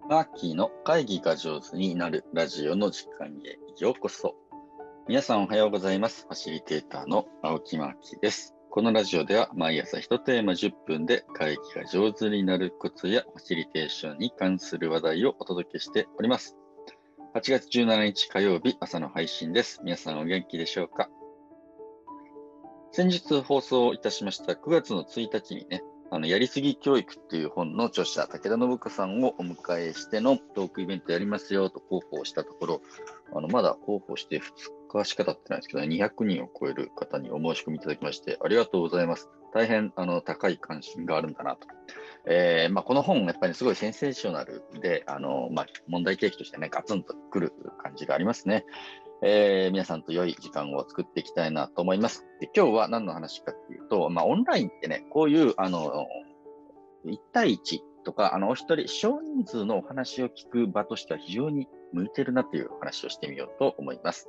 マーキーの会議が上手になるラジオの時間へようこそ。皆さんおはようございます。ファシリテーターの青木マーキーです。このラジオでは毎朝一テーマ10分で会議が上手になるコツやファシリテーションに関する話題をお届けしております。8月17日火曜日朝の配信です。皆さんお元気でしょうか？先日放送いたしました9月の1日にね、やりすぎ教育っていう本の著者、武田信子さんをお迎えしてのトークイベントやりますよと広報したところ、まだ広報して2日しか経ってないんですけど、200人を超える方にお申し込みいただきまして、ありがとうございます。大変、高い関心があるんだなと。この本、やっぱりすごいセンセーショナルで、問題提起としてね、ガツンとくる感じがありますね。皆さんと良い時間を作っていきたいなと思います。で、今日は何の話かっていうと、オンラインってね、こういう、1対1とか、お一人、少人数のお話を聞く場としては非常に向いてるなというお話をしてみようと思います。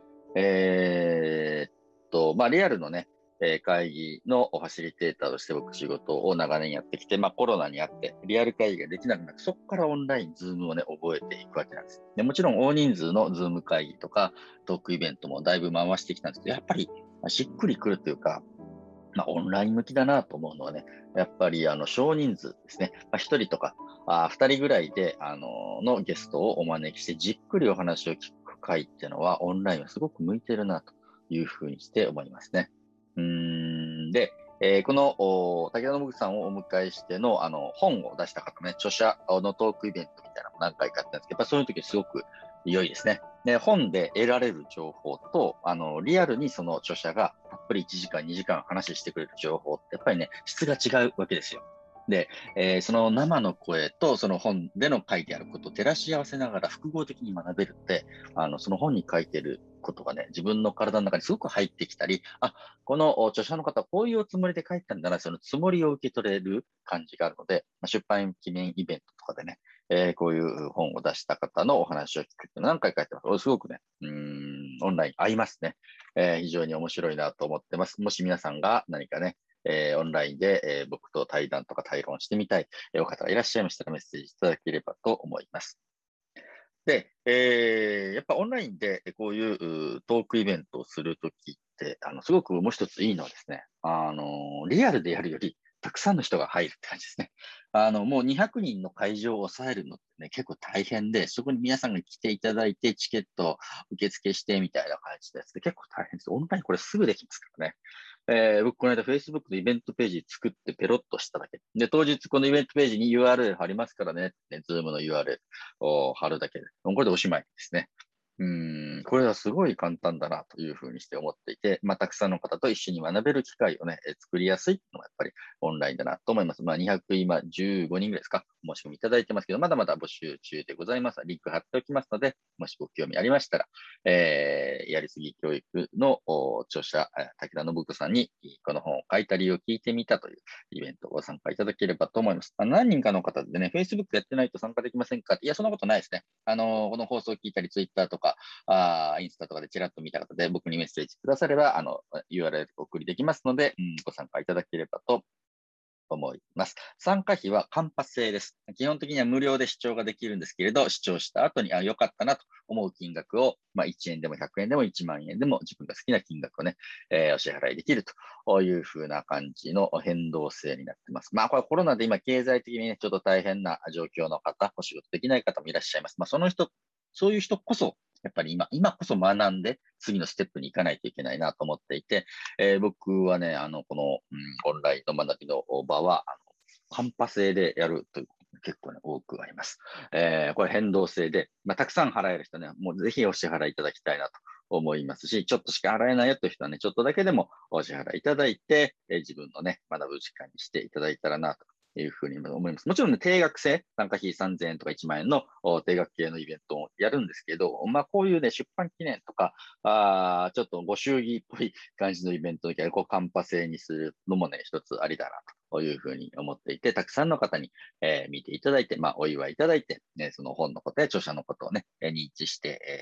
リアルのね、会議のファシリテーターとして僕仕事を長年やってきて、コロナにあって、リアル会議ができなくなって、そこからオンライン、ズームをね、覚えていくわけなんです。で、もちろん大人数のズーム会議とか、トークイベントもだいぶ回してきたんですけど、やっぱり、しっくりくるというか、オンライン向きだなと思うのはね、やっぱり少人数ですね。一人とか、二人ぐらいで、のゲストをお招きして、じっくりお話を聞く会っていうのは、オンラインはすごく向いてるなというふうにして思いますね。で、この、武田信さんをお迎えしての、本を出した方ね、著者のトークイベントみたいなのも何回かあったんですけど、やっぱそういう時すごく良いですね。で、本で得られる情報と、リアルにその著者がたっぷり1時間、2時間話してくれる情報って、やっぱりね、質が違うわけですよ。で、その生の声とその本での書いてあることを照らし合わせながら複合的に学べるって、その本に書いてることがね、自分の体の中にすごく入ってきたり、この著者の方はこういうつもりで書いたんだな、そのつもりを受け取れる感じがあるので、出版記念イベントとかでね、こういう本を出した方のお話を聞くって何回かやってます。すごくね、オンライン合いますね。非常に面白いなと思ってます。もし皆さんが何かね、オンラインで、僕と対談とか対論してみたい、お方がいらっしゃいましたらメッセージいただければと思います。で、やっぱオンラインでこういうトークイベントをするときって、すごくもう一ついいのはですね、リアルでやるより、たくさんの人が入るって感じですね。もう200人の会場を抑えるのってね、結構大変で、そこに皆さんが来ていただいて、チケット受付してみたいな感じです結構大変です。オンラインこれすぐできますからね。僕この間 Facebook でイベントページ作ってペロッとしただけ。で、当日このイベントページに URL 貼りますからね、Zoom の URL を貼るだけで。これでおしまいですね。これはすごい簡単だなというふうにして思っていて、たくさんの方と一緒に学べる機会をね、作りやすいのがやっぱりオンラインだなと思います。200、今15人ぐらいですか、申し込みいただいてますけど、まだまだ募集中でございます。リンク貼っておきますので、もしご興味ありましたら、やりすぎ教育の著者、武田信子さんにこの本を書いた理由を聞いてみたというイベントをご参加いただければと思います。何人かの方でね、Facebook やってないと参加できませんか？いや、そんなことないですね。この放送を聞いたり、Twitter とか、インスタとかでちらっと見た方で僕にメッセージくだされば、URL お送りできますので、ご参加いただければと思います。参加費はカンパ制です。基本的には無料で視聴ができるんですけれど、視聴した後に、良かったなと思う金額を、1円でも100円でも1万円でも自分が好きな金額をね、お支払いできるという風な感じの変動制になってます。これコロナで今経済的にね、ちょっと大変な状況の方、お仕事できない方もいらっしゃいます。そういう人こそ、やっぱり今こそ学んで次のステップに行かないといけないなと思っていて、僕はね、この、オンラインの学びの場は、カンパ制でやるということが結構ね、多くあります。これ変動制で、たくさん払える人ね、もうぜひお支払いいただきたいなと思いますし、ちょっとしか払えないよという人はね、ちょっとだけでもお支払いいただいて、自分のね、学ぶ時間にしていただいたらなというふうに思います。もちろんね、定額制、参加費3000円とか1万円の定額系のイベントをやるんですけど、こういうね、出版記念とか、ちょっとご祝儀っぽい感じのイベントの時は、カンパ制にするのもね、一つありだなというふうに思っていて、たくさんの方に、見ていただいて、お祝いいただいて、その本のことや著者のことをね、認知して、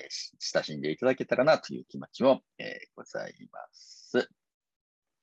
親しんでいただけたらなという気持ちも、ございます。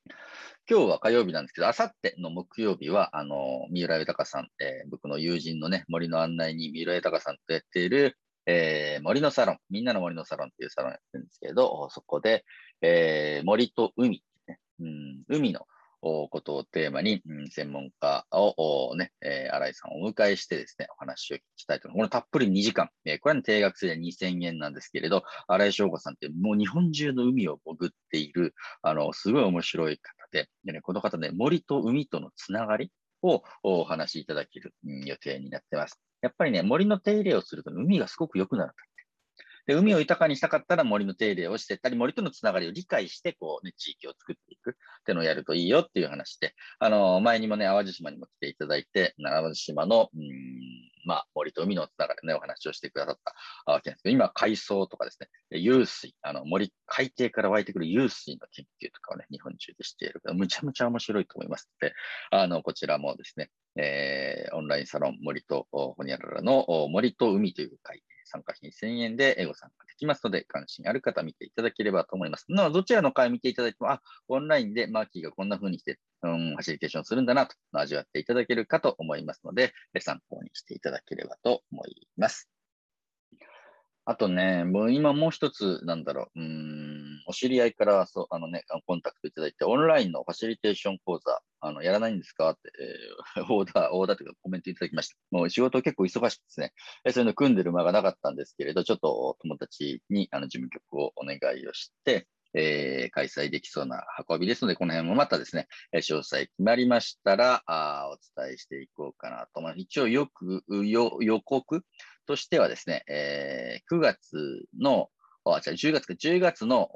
今日は火曜日なんですけど、あさっての木曜日は、三浦豊さん、僕の友人のね、森の案内に三浦豊さんとやっている、森のサロン、みんなの森のサロンっていうサロンやってるんですけれど、そこで、森と海、ね、海のことをテーマに、専門家をね、新井さんをお迎えしてですね、お話を聞きたいと思います。これたっぷり2時間。これは定額制で2000円なんですけれど、新井翔吾さんってもう日本中の海を潜っている、すごい面白い方でね、この方ね、森と海とのつながりをお話しいただける、予定になってます。やっぱりね、森の手入れをすると海がすごく良くなる。で、海を豊かにしたかったら森の手入れをしていったり、森とのつながりを理解して、こうね、地域を作っていくっていうのをやるといいよっていう話で、前にもね、淡路島にも来ていただいて、淡路島の、まあ、森と海のつながりのね、お話をしてくださったわけなんですけど、今、海藻とかですね、湧水、海底から湧いてくる湧水の研究とかをね、日本中でしているから、むちゃむちゃ面白いと思いますので、こちらもですね、オンラインサロン森とホニャララの森と海という会参加費1000円でご参加できますので、関心ある方見ていただければと思います。どちらの会見ていただいても、オンラインでマーキーがこんな風にして、ファシリテーションするんだなと味わっていただけるかと思いますので、参考にしていただければと思います。あとね、もう今もう一つ、お知り合いからコンタクトいただいて、オンラインのファシリテーション講座、やらないんですかって、オーダーというかコメントいただきました。もう仕事結構忙しくですね、そういうの組んでる間がなかったんですけれど、ちょっと友達に事務局をお願いをして、開催できそうな運びですので、この辺もまたですね、詳細決まりましたら、お伝えしていこうかなと思います。一応予告としてはですね、9月の、10月か、10月の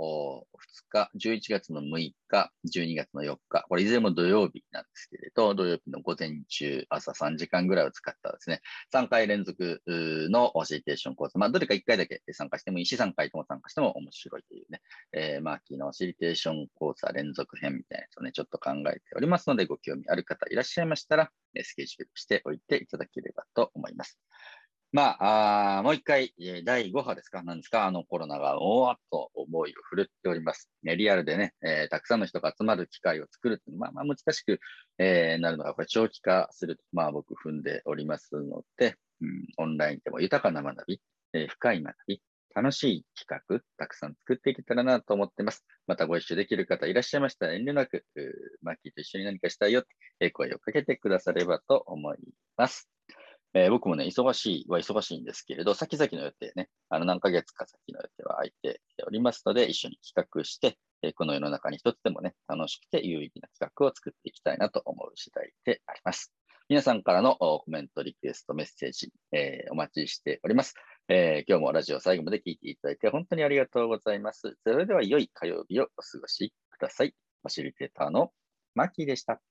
2日、11月の6日、12月の4日、これいずれも土曜日なんですけれど、土曜日の午前中、朝3時間ぐらいを使ったですね、3回連続のファシリテーション講座、まあ、どれか1回だけ参加してもいいし、3回とも参加しても面白いというね、マーキーのファシリテーション講座連続編みたいなやつをね、ちょっと考えておりますので、ご興味ある方いらっしゃいましたら、スケジュールしておいていただければと思います。もう一回、第5波ですか、なんですか、コロナがおーっと思いを振るっております。リアルでね、たくさんの人が集まる機会を作るっていうのは、難しく、なるのが、これ長期化すると、僕踏んでおりますので、オンラインでも豊かな学び、深い学び、楽しい企画、たくさん作っていけたらなと思ってます。またご一緒できる方いらっしゃいましたら遠慮なく、マッキーと一緒に何かしたいよって、声をかけてくださればと思います。僕もね、忙しいんですけれど、先々の予定ね、何ヶ月か先の予定は空いておりますので、一緒に企画して、この世の中に一つでもね、楽しくて有意義な企画を作っていきたいなと思う次第であります。皆さんからのコメント、リクエスト、メッセージ、お待ちしております。今日もラジオ最後まで聞いていただいて本当にありがとうございます。それでは良い火曜日をお過ごしください。ファシリテーターのマッキーでした。